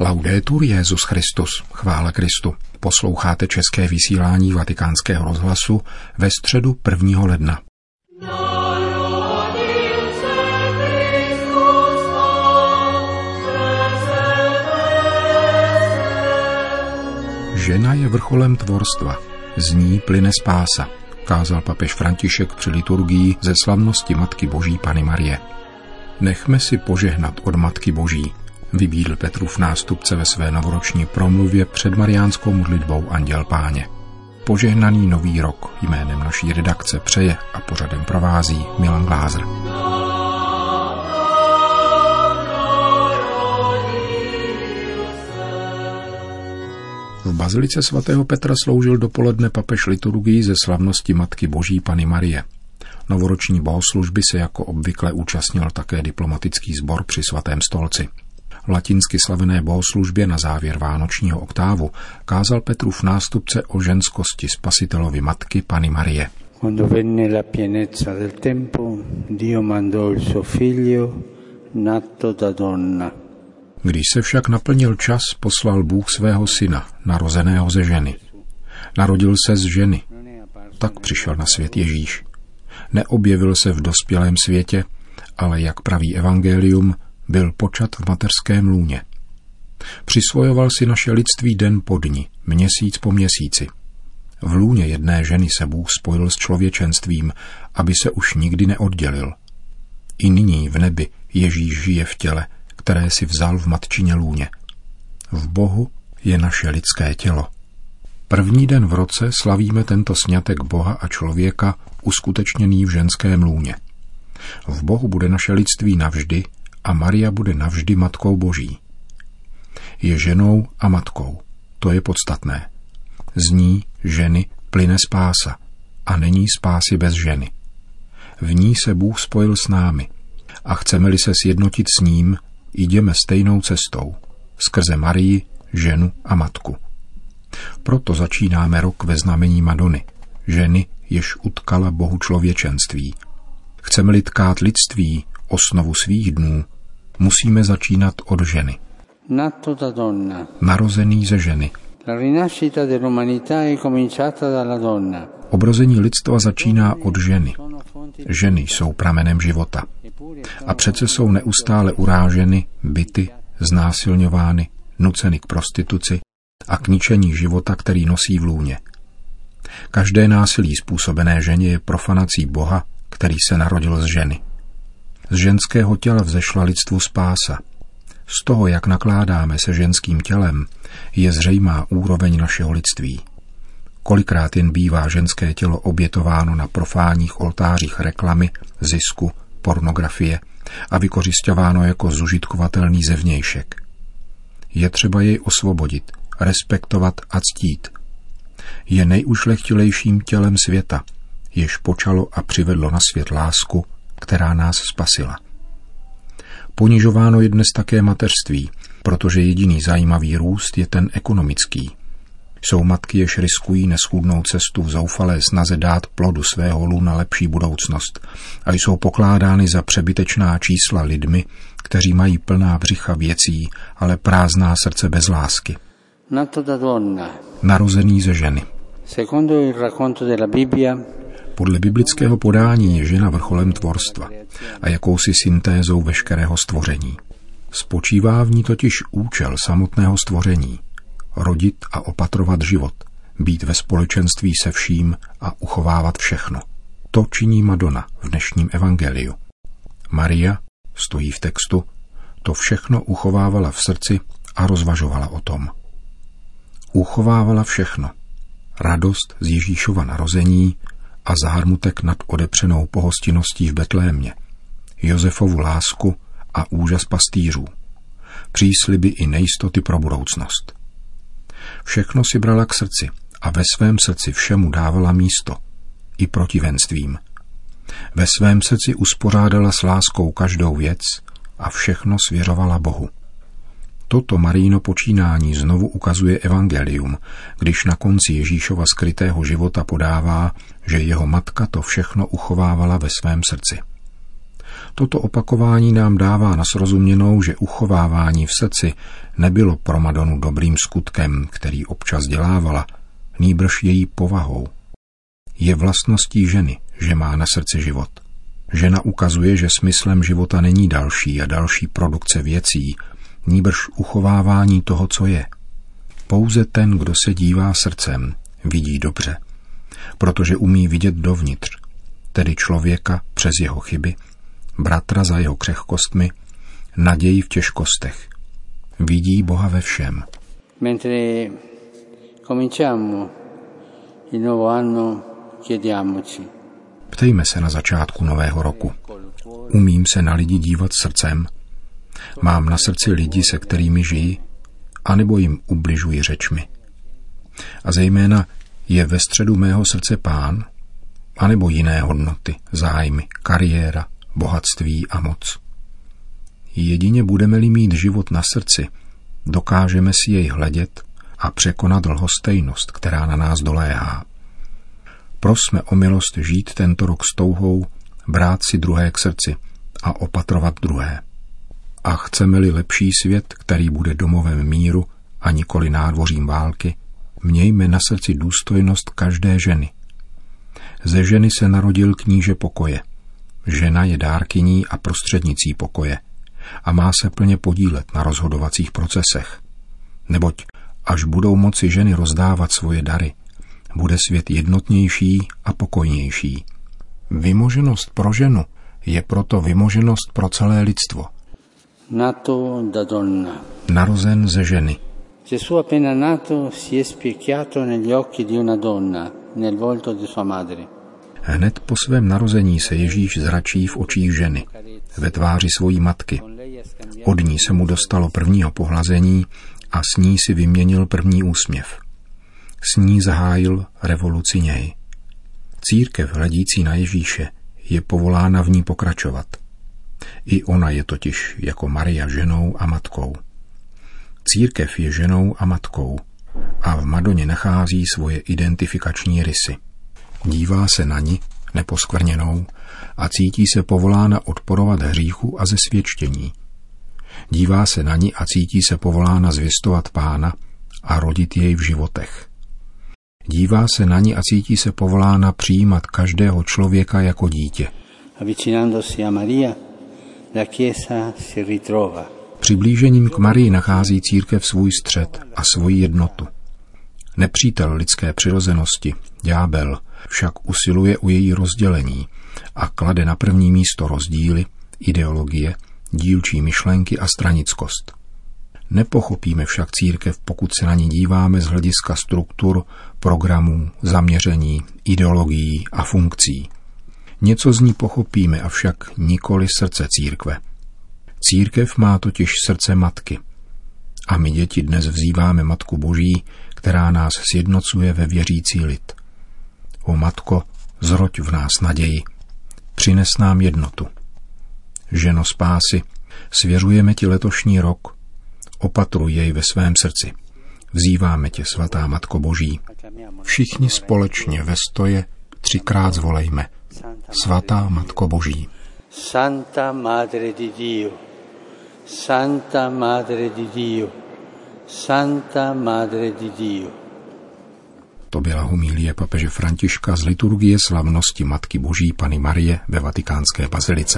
Laudetur Jesus Christus, chvála Kristu. Posloucháte české vysílání Vatikánského rozhlasu ve středu 1. ledna. Žena je vrcholem tvorstva, z ní plyne spása, kázal papež František při liturgii ze slavnosti Matky Boží Panny Marie. Nechme si požehnat od Matky Boží, vybídl Petrův nástupce ve své novoroční promluvě před mariánskou modlitbou Anděl Páně. Požehnaný nový rok jménem naší redakce přeje a pořadem provází Milan Glázer. V bazilice svatého Petra sloužil dopoledne papež liturgii ze slavnosti Matky Boží Panny Marie. Novoroční bohoslužby se jako obvykle účastnil také diplomatický sbor při Svatém stolci. V latinsky slavené bohoslužbě na závěr vánočního oktávu kázal Petrův nástupce o ženskosti Spasitelovy matky Panny Marie. Quando venne la pienezza del tempo, Dio mandò il suo figlio nato da donna. Když se však naplnil čas, poslal Bůh svého syna, narozeného ze ženy. Narodil se z ženy. Tak přišel na svět Ježíš. Neobjevil se v dospělém světě, ale, jak praví evangelium, byl počat v mateřském lůně. Přisvojoval si naše lidství den po dni, měsíc po měsíci. V lůně jedné ženy se Bůh spojil s člověčenstvím, aby se už nikdy neoddělil. I nyní v nebi Ježíš žije v těle, které si vzal v matčině lůně. V Bohu je naše lidské tělo. První den v roce slavíme tento sňatek Boha a člověka uskutečněný v ženském lůně. V Bohu bude naše lidství navždy a Maria bude navždy Matkou Boží. Je ženou a matkou, to je podstatné. Z ní, ženy, plyne spása a není spásy bez ženy. V ní se Bůh spojil s námi a chceme-li se sjednotit s ním, jdeme stejnou cestou, skrze Marii, ženu a matku. Proto začínáme rok ve znamení Madony, ženy, jež utkala Bohu člověčenství. Chceme-li tkát lidství, osnovu svých dnů, musíme začínat od ženy. Nato da donna. Narozený ze ženy. La rinascita dell'umanità è cominciata dalla donna. Obrození lidstva začíná od ženy. Ženy jsou pramenem života. A přece jsou neustále uráženy, bity, znásilňovány, nuceny k prostituci a k ničení života, který nosí v lůně. Každé násilí způsobené ženě je profanací Boha, který se narodil z ženy. Z ženského těla vzešla lidstvu spása. Z toho, jak nakládáme se ženským tělem, je zřejmá úroveň našeho lidství. Kolikrát jen bývá ženské tělo obětováno na profánních oltářích reklamy, zisku, pornografie a vykořisťováno jako zužitkovatelný zevnějšek. Je třeba jej osvobodit, respektovat a ctít. Je nejušlechtilejším tělem světa, jež počalo a přivedlo na svět lásku, která nás spasila. Ponižováno je dnes také mateřství, protože jediný zajímavý růst je ten ekonomický. Jsou matky, jež riskují neschůdnou cestu v zoufalé snaze dát plodu svého lůna lepší budoucnost a jsou pokládány za přebytečná čísla lidmi, kteří mají plná břicha věcí, ale prázdná srdce bez lásky. Nato da donna. Narozený ze ženy. Secondo il racconto della Bibbia, podle biblického podání je žena vrcholem tvorstva a jakousi syntézou veškerého stvoření. Spočívá v ní totiž účel samotného stvoření. Rodit a opatrovat život, být ve společenství se vším a uchovávat všechno. To činí Madonna v dnešním evangeliu. Maria, stojí v textu, to všechno uchovávala v srdci a rozvažovala o tom. Uchovávala všechno. Radost z Ježíšova narození a zármutek nad odepřenou pohostinností v Betlémě, Josefovu lásku a úžas pastýřů, přísliby i nejistoty pro budoucnost. Všechno si brala k srdci a ve svém srdci všemu dávala místo, i protivenstvím. Ve svém srdci uspořádala s láskou každou věc a všechno svěřovala Bohu. Toto Marijino počínání znovu ukazuje evangelium, když na konci Ježíšova skrytého života podává, že jeho matka to všechno uchovávala ve svém srdci. Toto opakování nám dává na srozuměnou, že uchovávání v srdci nebylo pro Madonu dobrým skutkem, který občas dělávala, nýbrž její povahou. Je vlastností ženy, že má na srdci život. Žena ukazuje, že smyslem života není další a další produkce věcí, nýbrž uchovávání toho, co je. Pouze ten, kdo se dívá srdcem, vidí dobře, protože umí vidět dovnitř, tedy člověka přes jeho chyby, bratra za jeho křehkostmi, naději v těžkostech. Vidí Boha ve všem. Mentre cominciamo il nuovo anno, chiediamoci. Ptejme se na začátku nového roku. Umím se na lidi dívat srdcem? Mám na srdci lidi, se kterými žijí, anebo jim ubližuji řečmi? A zejména, je ve středu mého srdce Pán, anebo jiné hodnoty, zájmy, kariéra, bohatství a moc? Jedině budeme-li mít život na srdci, dokážeme si jej hledět a překonat lhostejnost, která na nás doléhá. Prosme o milost žít tento rok s touhou, brát si druhé k srdci a opatrovat druhé. A chceme-li lepší svět, který bude domovem míru a nikoli nádvořím války, mějme na srdci důstojnost každé ženy. Ze ženy se narodil kníže pokoje. Žena je dárkyní a prostřednicí pokoje a má se plně podílet na rozhodovacích procesech. Neboť až budou moci ženy rozdávat svoje dary, bude svět jednotnější a pokojnější. Vymoženost pro ženu je proto vymoženost pro celé lidstvo. Nato da donna. Narozen ze ženy. Gesù appena nato si è specchiato negli occhi di una donna, nel volto di sua madre. Hned po svém narození se Ježíš zračí v očích ženy, ve tváři svojí matky. Od ní se mu dostalo prvního pohlazení a s ní si vyměnil první úsměv. S ní zahájil revoluci něj. Církev hledící na Ježíše je povolána v ní pokračovat. I ona je totiž jako Maria ženou a matkou. Církev je ženou a matkou a v Madoně nachází svoje identifikační rysy. Dívá se na ni, neposkvrněnou, a cítí se povolána odporovat hříchu a zesvědčení. Dívá se na ni a cítí se povolána zvěstovat Pána a rodit jej v životech. Dívá se na ni a cítí se povolána přijímat každého člověka jako dítě. Avvicinandosi a Maria, la Chiesa si ritrova. Přiblížením k Marii nachází církev svůj střed a svoji jednotu. Nepřítel lidské přirozenosti, ďábel, však usiluje o její rozdělení a klade na první místo rozdíly, ideologie, dílčí myšlenky a stranickost. Nepochopíme však církev, pokud se na ní díváme z hlediska struktur, programů, zaměření, ideologií a funkcí. Něco z ní pochopíme, avšak nikoli srdce církve. Církev má totiž srdce matky. A my děti dnes vzýváme Matku Boží, která nás sjednocuje ve věřící lid. O Matko, zroď v nás naději. Přines nám jednotu. Ženo spásy, svěřujeme ti letošní rok. Opatruj jej ve svém srdci. Vzýváme tě, svatá Matko Boží. Všichni společně ve stoje 3krát zvolejme. Svatá Matko Boží. Santa Madre di Dio. Santa Madre di Dio. Santa Madre di Dio. To byla homilie papeže Františka z liturgie slavnosti Matky Boží Panny Marie ve Vatikánské bazilice.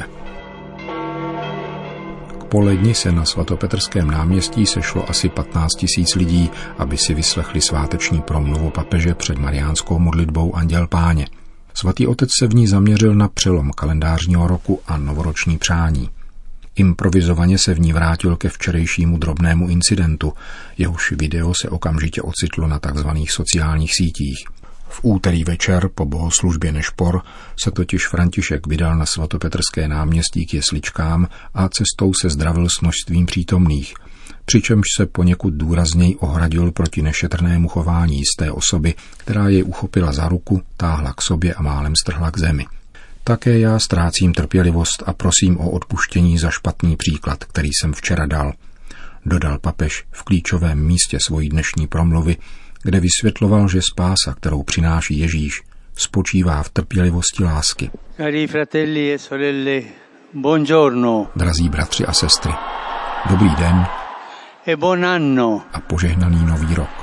K poledni se na svatopetrském náměstí sešlo asi 15 000 lidí, aby si vyslechli sváteční promluvu papeže před mariánskou modlitbou Anděl Páně. Svatý otec se v ní zaměřil na přelom kalendářního roku a novoroční přání. Improvizovaně se v ní vrátil ke včerejšímu drobnému incidentu, jehož video se okamžitě ocitlo na tzv. Sociálních sítích. V úterý večer po bohoslužbě Nešpor se totiž František vydal na svatopetrské náměstí k jesličkám a cestou se zdravil s množstvím přítomných, přičemž se poněkud důrazněji ohradil proti nešetrnému chování jisté osoby, která jej uchopila za ruku, táhla k sobě a málem strhla k zemi. Také já ztrácím trpělivost a prosím o odpuštění za špatný příklad, který jsem včera dal, dodal papež v klíčovém místě svojí dnešní promluvy, kde vysvětloval, že spása, kterou přináší Ježíš, spočívá v trpělivosti lásky. Cari fratelli e sorelle, Buongiorno. Drazí bratři a sestry, dobrý den E buon anno. a požehnaný nový rok.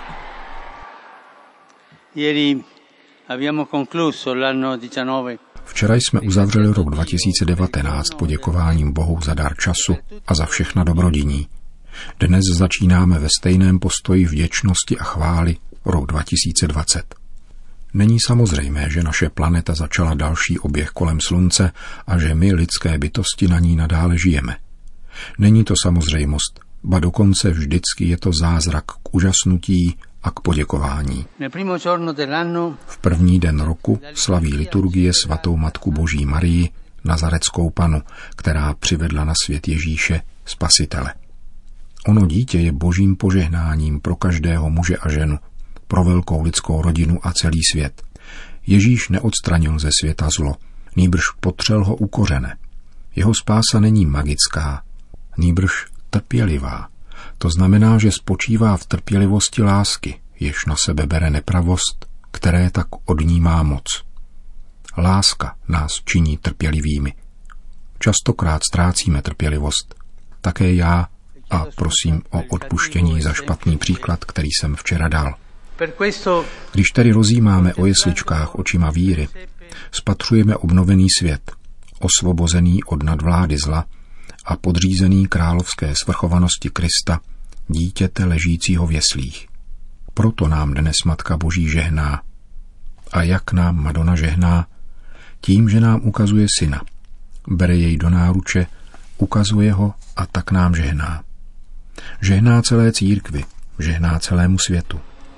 Ieri abbiamo concluso l'anno 19. Včera jsme uzavřeli rok 2019 poděkováním Bohu za dar času a za všechna dobrodiní. Dnes začínáme ve stejném postoji vděčnosti a chvály rok 2020. Není samozřejmé, že naše planeta začala další oběh kolem Slunce a že my, lidské bytosti, na ní nadále žijeme. Není to samozřejmost, ba dokonce vždycky je to zázrak k úžasnutí a k poděkování. V první den roku slaví liturgie svatou Matku Boží Marii, Nazareckou Panu, která přivedla na svět Ježíše, Spasitele. Ono dítě je božím požehnáním pro každého muže a ženu, pro velkou lidskou rodinu a celý svět. Ježíš neodstranil ze světa zlo, nýbrž potřel ho u kořene. Jeho spása není magická, nýbrž trpělivá. To znamená, že spočívá v trpělivosti lásky, jež na sebe bere nepravost, které tak od ní má moc. Láska nás činí trpělivými. Častokrát ztrácíme trpělivost. Také já a prosím o odpuštění za špatný příklad, který jsem včera dal. Když tedy rozjímáme o jesličkách očima víry, spatřujeme obnovený svět, osvobozený od nadvlády zla a podřízený královské svrchovanosti Krista, dítěte ležícího v jeslích. Proto nám dnes Matka Boží žehná. A jak nám Madonna žehná? Tím, že nám ukazuje syna. Bere jej do náruče, ukazuje ho a tak nám žehná. Žehná celé církvi, žehná celému světu.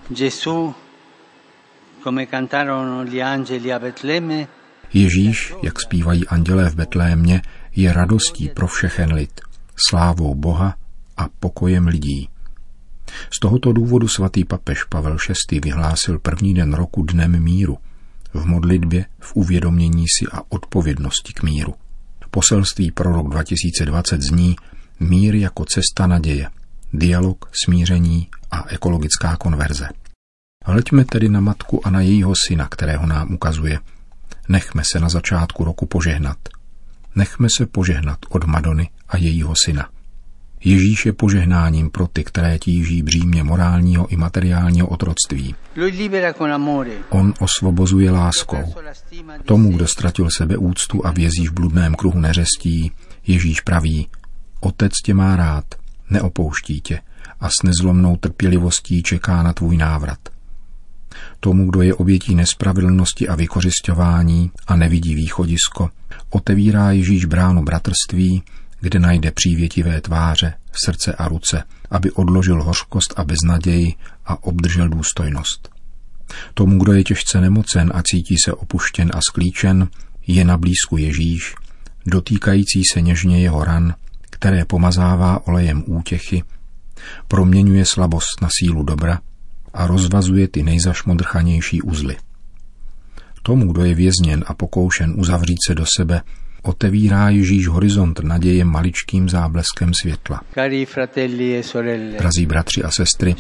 Ježíš, jak zpívají andělé v Betlémě, je radostí pro všechen lid, slávou Boha a pokojem lidí. Z tohoto důvodu svatý papež Pavel VI. Vyhlásil první den roku dnem míru, v modlitbě, v uvědomění si a odpovědnosti k míru. Poselství pro rok 2020 zní mír jako cesta naděje, dialog, smíření a ekologická konverze. Hleďme tedy na matku a na jejího syna, kterého nám ukazuje. Nechme se na začátku roku požehnat. Nechme se požehnat od Madony a jejího syna. Ježíš je požehnáním pro ty, které tíží břímě morálního i materiálního otroctví. On osvobozuje láskou. Tomu, kdo ztratil sebeúctu a vězí v bludném kruhu neřestí, Ježíš praví: Otec tě má rád, neopouští tě a s nezlomnou trpělivostí čeká na tvůj návrat. Tomu, kdo je obětí nespravedlnosti a vykořisťování a nevidí východisko, otevírá Ježíš bránu bratrství, kde najde přívětivé tváře, srdce a ruce, aby odložil hořkost a beznaději a obdržel důstojnost. Tomu, kdo je těžce nemocen a cítí se opuštěn a sklíčen, je na blízku Ježíš, dotýkající se něžně jeho ran, které pomazává olejem útěchy, proměňuje slabost na sílu dobra a rozvazuje ty nejzašmodrchanější uzly. Tomu, kdo je vězněn a pokoušen uzavřít se do sebe, otevírá Ježíš horizont naděje maličkým zábleskem světla. Drazí bratři a sestry,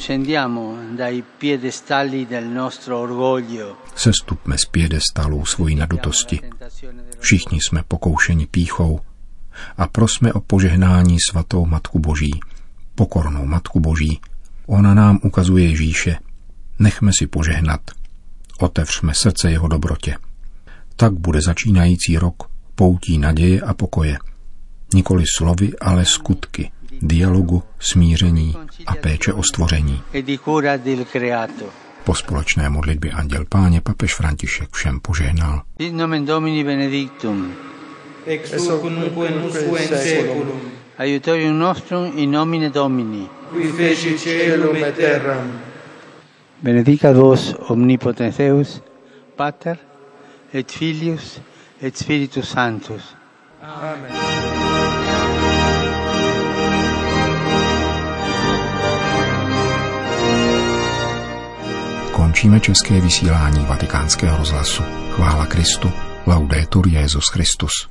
sestupme z piedestalů svojí nadutosti. Všichni jsme pokoušeni pýchou a prosme o požehnání svatou Matku Boží, pokornou Matku Boží. Ona nám ukazuje Ježíše. Nechme si požehnat. Otevřme srdce jeho dobrotě. Tak bude začínající rok poutí naděje a pokoje. Nikoli slovy, ale skutky, dialogu, smíření a péče o stvoření. Po společné modlitbě Anděl Páně papež František všem požehnal. Sit nomen Domini benedictum. Ex hoc nunc in saeculum. Aiutorium nostrum in nomine Domini. Qui feci caelum et terram. Benedicat vos omnipotens Deus, Pater et Filius et Spiritus Sanctus. Amen. Končíme české vysílání Vatikánského rozhlasu. Chvála Kristu. Laudetur Jesus Christus.